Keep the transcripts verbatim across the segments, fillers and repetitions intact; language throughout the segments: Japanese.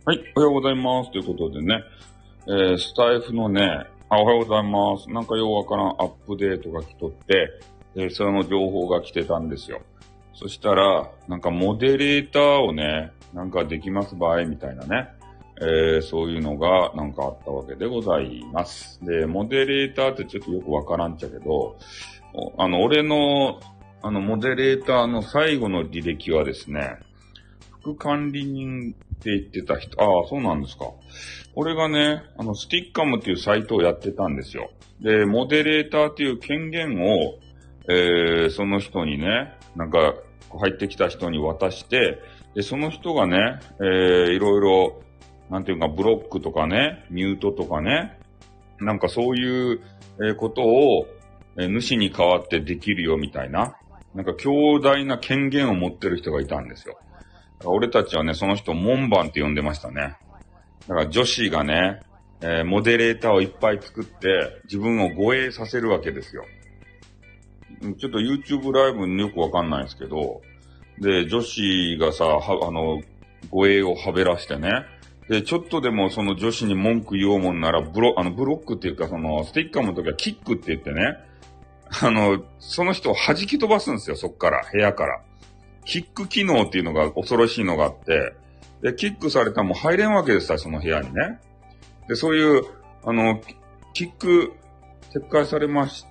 はい、おはようございます。ということでね、えー、スタイフのね、あ、おはようございます。なんかようわからんアップデートが来とって、えー、その情報が来てたんですよ。そしたら、なんかモデレーターをね、なんかできます場合みたいなね、えー、そういうのがなんかあったわけでございます。で、モデレーターってちょっとよくわからんっちゃけど、あの、俺の、あの、モデレーターの最後の履歴はですね、副管理人って言ってた人、ああ、そうなんですか。俺がね、あの、スティッカムっていうサイトをやってたんですよ。で、モデレーターっていう権限を、えー、その人にね、なんか、入ってきた人に渡して、で、その人がね、えー、いろいろ、なんていうか、ブロックとかね、ミュートとかね、なんかそういう、えーことを、えー主に代わってできるよみたいな、なんか強大な権限を持ってる人がいたんですよ。俺たちはね、その人、門番って呼んでましたね。だから女子がね、えーモデレーターをいっぱい作って、自分を護衛させるわけですよ。ちょっと YouTube ライブよくわかんないですけど、で、女子がさ、は、あの、護衛をはべらしてね、で、ちょっとでもその女子に文句言おうもんなら、ブロ、あの、ブロックっていうか、その、スティッカーの時はキックって言ってね、あの、その人を弾き飛ばすんですよ、そっから、部屋から。キック機能っていうのが恐ろしいのがあって、で、キックされたらもう入れんわけですよ、その部屋にね。で、そういう、あの、キック撤回されました、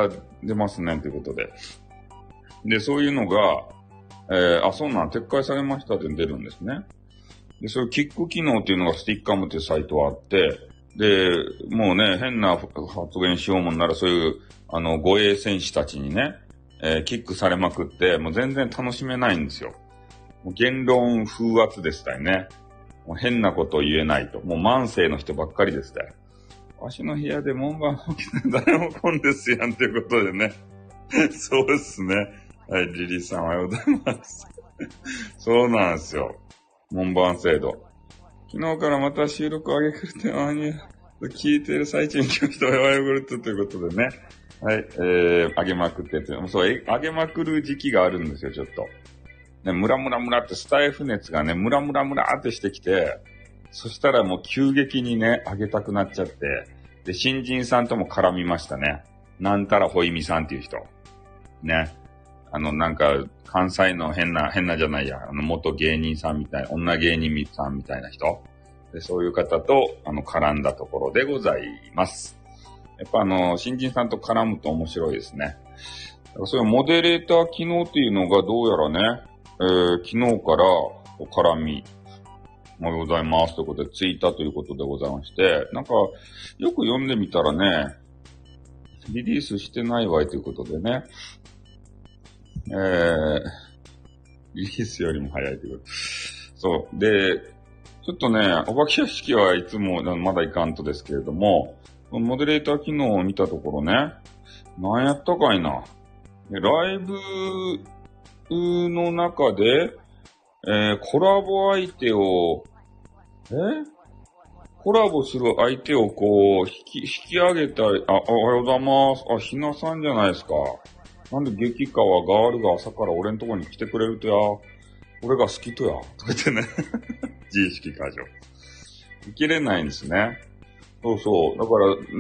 出ますね、ということで。で、そういうのが、えー、あ、そうなん、撤回されましたって出るんですね。で、そういうキック機能っていうのがスティッカムっていうサイトはあって、で、もうね、変な発言しようもんならそういう、あの、護衛戦士たちにね、えー、キックされまくって、もう全然楽しめないんですよ。もう言論風圧でしたよね。もう変なことを言えないと。もう慢性の人ばっかりでしたよ。わしの部屋で門番を起きて誰も来んですやんということでね。そうですね。はい、リリーさんおはようございます。そうなんですよ。門番制度。昨日からまた収録上げくるってあに聞いてる最中に今日人はヨーグルトということでね。はい、えー、上げまくってて、そう、上げまくる時期があるんですよ、ちょっと。ね、ムラムラムラってスタイフ熱がね、ムラムラムラってしてきて、そしたらもう急激にね、上げたくなっちゃって、で、新人さんとも絡みましたね。なんたらほいみさんっていう人。ね。あの、なんか、関西の変な、変なじゃないや、あの、元芸人さんみたいな、女芸人さんみたいな人。で、そういう方と、あの、絡んだところでございます。やっぱあの、新人さんと絡むと面白いですね。そういうモデレーター機能っていうのがどうやらね、えー、昨日から絡み、おはようございますということでツイーターということでございまして、なんか、よく読んでみたらね、リリースしてないわいということでね、えー、リリースよりも早いということ。そう。で、ちょっとね、お化け屋敷はいつもまだいかんとですけれども、モデレーター機能を見たところね、何やったかいな。ライブの中で、えー、コラボ相手を、えコラボする相手をこう、引き、引き上げたり、あ、おはようございます。あ、ひなさんじゃないですか。なんで激川ガールが朝から俺んとこに来てくれるとや、俺が好きとや、とか言ってね。自意識過剰。生きれないんですね。そうそう。だから、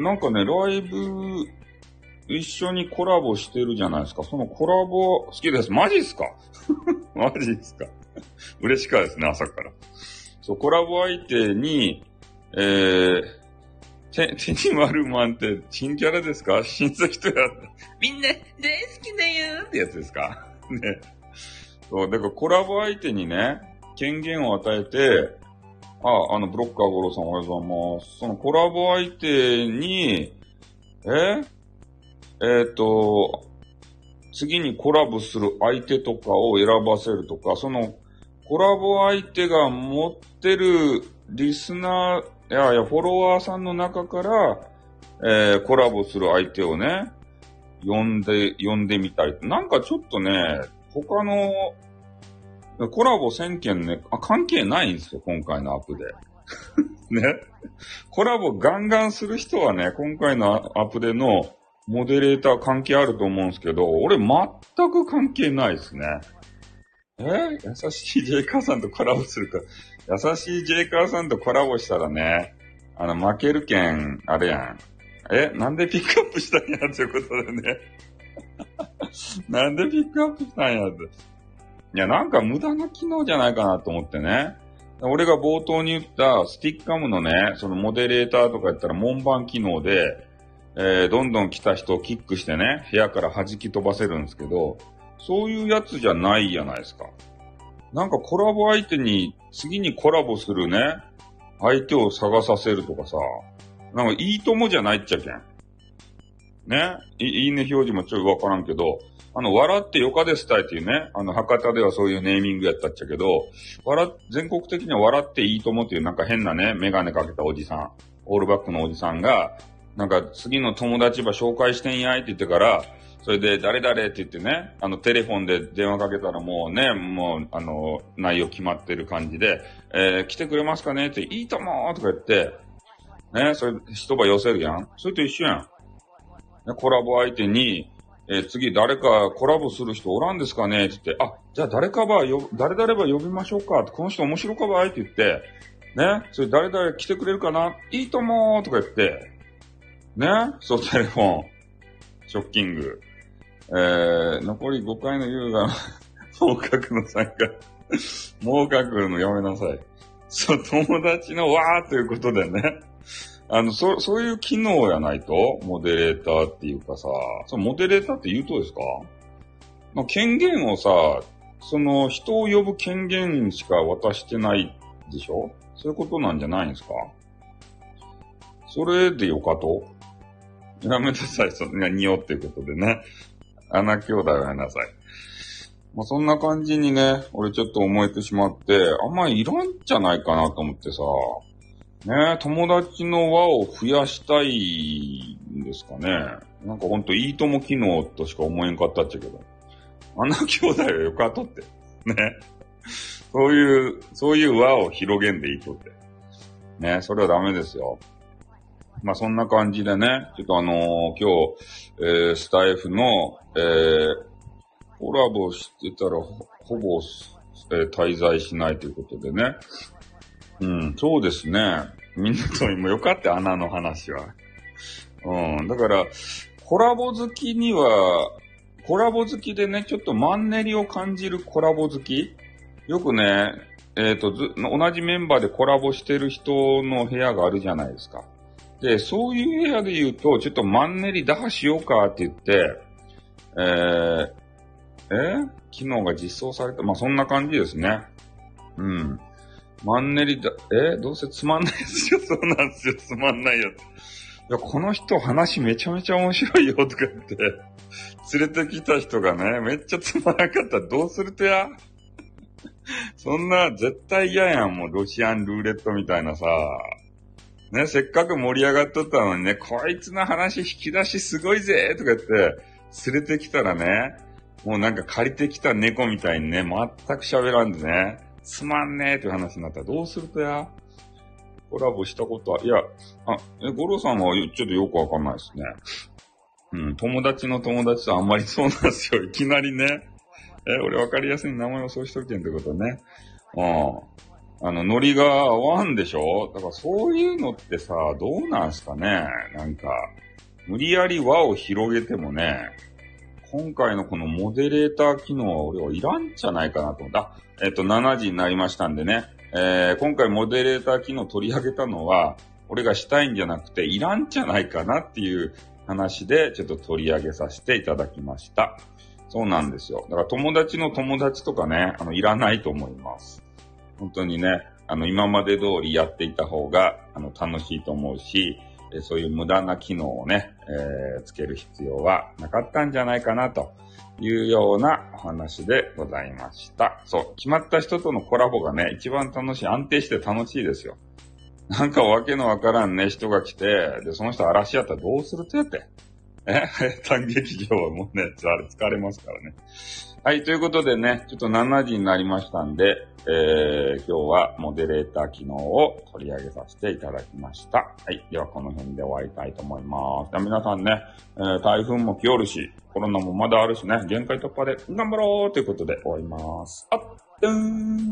なんかね、ライブ、一緒にコラボしてるじゃないですか。そのコラボ、好きです。マジっすかマジっすか嬉しかですね、朝から。そう、コラボ相手に、えー、て、手に丸マンって新キャラですか新作とやった。みんな大好きだよってやつですかね。そう、だからコラボ相手にね、権限を与えて、あ、あの、ブロッカー五郎さんおはようございます。そのコラボ相手に、ええっと、次にコラボする相手とかを選ばせるとか、そのコラボ相手が持ってるリスナー、いやいや、フォロワーさんの中から、えー、コラボする相手をね、呼んで、呼んでみたい。なんかちょっとね、他の、コラボせんけんね、あ、関係ないんですよ、今回のアップで。ね。コラボガンガンする人はね、今回のアップでのモデレーター関係あると思うんですけど、俺全く関係ないですね。えー、優しい J 母さんとコラボするか。 優しいジェイカーさんとコラボしたらね、あの、負けるけん、あれやん。え、なんでピックアップしたんやっていうことでね。なんでピックアップしたんやって。いや、なんか無駄な機能じゃないかなと思ってね。俺が冒頭に言ったスティッカムのね、そのモデレーターとかやったら門番機能で、えー、どんどん来た人をキックしてね、部屋から弾き飛ばせるんですけど、そういうやつじゃないじゃないですか。なんかコラボ相手に、次にコラボするね、相手を探させるとかさ、なんかいいともじゃないっちゃけん。ねい、いいね表示もちょいわからんけど、あの、笑ってよかですたいっていうね、あの、博多ではそういうネーミングやったっちゃけど、笑、全国的には笑っていいともっていうなんか変なね、メガネかけたおじさん、オールバックのおじさんが、なんか次の友達ば紹介してんやいって言ってから、それで誰々って言ってね、あのテレフォンで電話かけたらもうね、もうあの内容決まってる感じで、えー、来てくれますかねっていいともーとか言って、ね、それ一晩寄せるやん。それと一緒やん。コラボ相手に、えー、次誰かコラボする人おらんですかねって言って、あ、じゃあ誰かばよ、誰々ば呼びましょうかって、この人面白かばいって言って、ね、それ誰々来てくれるかないいともーとか言って、ね、そう、テレフォン、ショッキング。えー、残りごかいの優雅、もう書くの参加。もう書くのやめなさい。そう、友達のわーということでね。あの、そ、そういう機能やないと、モデレーターっていうかさ、そのモデレーターって言うとですか？まあ、権限をさ、その人を呼ぶ権限しか渡してないでしょ？そういうことなんじゃないんですか？それでよかと？やめなさい、そんな匂っていうことでね。穴兄弟はやめなさい。まあ、そんな感じにね、俺ちょっと思えてしまって、あんまりいらんじゃないかなと思ってさ、ね、友達の輪を増やしたいんですかね。なんかほんといいとも機能としか思えんかったっちゃけど。穴兄弟はよかとって。ね。そういう、そういう輪を広げんでいいとって。ね、それはダメですよ。まあそんな感じでね、ちょっとあのー、今日、えー、スタイフの、えー、コラボしてたらほ、ほぼ、えー、滞在しないということでね。うん、そうですね。みんなともよかった、穴の話は。うん、だから、コラボ好きには、コラボ好きでね、ちょっとマンネリを感じるコラボ好きよくね、えっと、ず、同じメンバーでコラボしてる人の部屋があるじゃないですか。で、そういう部屋で言うと、ちょっとマンネリ打破しようかって言って、えー、えー、機能が実装された。まあ、そんな感じですね。うん。マンネリだ、えー、どうせつまんないですよ。そうなんですよ。つまんないよ。いや、この人話めちゃめちゃ面白いよとか言って、連れてきた人がね、めっちゃつまらなかったらどうするとやそんな絶対嫌やん。もうロシアンルーレットみたいなさ。ね、せっかく盛り上がっとったのにね、こいつの話引き出しすごいぜとか言って、連れてきたらね、もうなんか借りてきた猫みたいにね、全く喋らんでね、つまんねえという話になったらどうするとやコラボしたことは、いや、あ、え、五郎さんはちょっとよくわかんないですね。うん、友達の友達とあんまりそうなんですよ。いきなりね。え、俺わかりやすい名前をそうしとるけんってことね。うん。あの、ノリが合わんでしょ？だからそういうのってさ、どうなんすかね？なんか、無理やり輪を広げてもね、今回のこのモデレーター機能は俺はいらんじゃないかなと思った。えっと、しちじになりましたんでね。えー、今回モデレーター機能取り上げたのは、俺がしたいんじゃなくて、いらんじゃないかなっていう話で、ちょっと取り上げさせていただきました。そうなんですよ。だから友達の友達とかね、あの、いらないと思います。本当にね、あの、今まで通りやっていた方が、あの、楽しいと思うし、そういう無駄な機能をね、えー、つける必要はなかったんじゃないかなというようなお話でございました。そう、決まった人とのコラボがね、一番楽しい、安定して楽しいですよ。なんかわけのわからんね、人が来て、で、その人嵐やったらどうするとやって。え短劇場はもうね、あれ疲れますからね。はい、ということでね、ちょっとしちじになりましたんで、えー、今日はモデレーター機能を取り上げさせていただきました。はい、ではこの辺で終わりたいと思います。じゃあ皆さんね、えー、台風も来よるし、コロナもまだあるしね、限界突破で頑張ろうということで終わります。あっ、うーん。